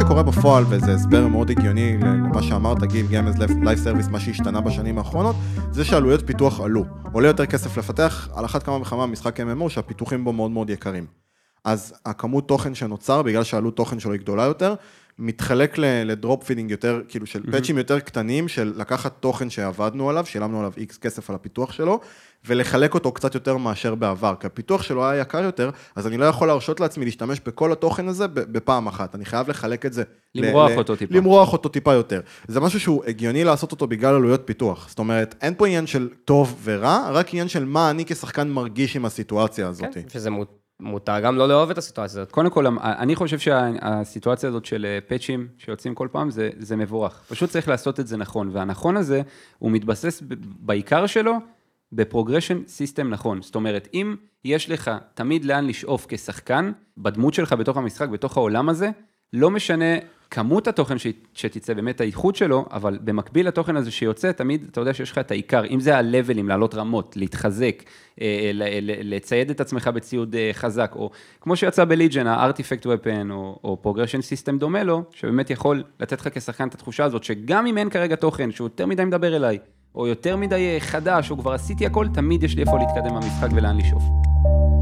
שקורה בפועל, וזה הסבר מאוד הגיוני למה שאמרת, גיל, Game as Live Service, מה שהשתנה בשנים האחרונות, זה שעלויות פיתוח עלו. עולה יותר כסף לפתח, על אחת כמה וכמה משחק MMO, שהפיתוחים בו מאוד מאוד יקרים. אז הכמות תוכן שנוצר, בגלל שעלות תוכן שלו היא גדולה יותר, מתחלק לדרופ פידינג יותר, כאילו של פאצ'ים יותר קטנים, של לקחת תוכן שעבדנו עליו, שילמנו עליו X כסף על הפיתוח שלו, ולחלק אותו קצת יותר מאשר בעבר, כי הפיתוח שלו היה יקר יותר, אז אני לא יכול להרשות לעצמי להשתמש בכל התוכן הזה בפעם אחת, אני חייב לחלק את זה. למרוח אותו טיפה יותר. זה משהו שהוא הגיוני לעשות אותו בגלל עלויות פיתוח, זאת אומרת, אין פה עניין של טוב ורע, רק עניין של מה אני כשחקן מרגיש עם הסיטואציה הזאת. כן, שזה מותר גם לא לאהוב את הסיטואציה הזאת. קודם כל, אני חושב שהסיטואציה הזאת של פאצ'ים שיוצאים כל פעם, זה מבורך. פשוט צריך לעשות את זה נכון, והנכון הזה, הוא מתבסס בעיקר שלו, בפרוגרשן סיסטם נכון. זאת אומרת, אם יש לך תמיד לאן לשאוף כשחקן, בדמות שלך בתוך המשחק, בתוך העולם הזה, לא משנה כמות התוכן שתצא, באמת האיכות שלו, אבל במקביל לתוכן הזה שיוצא, תמיד אתה יודע שיש לך את העיקר, אם זה הלבלים, לעלות רמות, להתחזק, לצייד את עצמך בציוד חזק, או כמו שיצא בליג'ן, ה-Artifact Weapon, או Progression System דומה לו, שבאמת יכול לתת לך כשחקן את התחושה הזאת, שגם אם אין כרגע תוכן, שהוא יותר מדי מדבר אליי, או יותר מדי חדש, או כבר עשיתי הכל, תמיד יש לי איפה להתקדם במשחק ולאן לשאוף.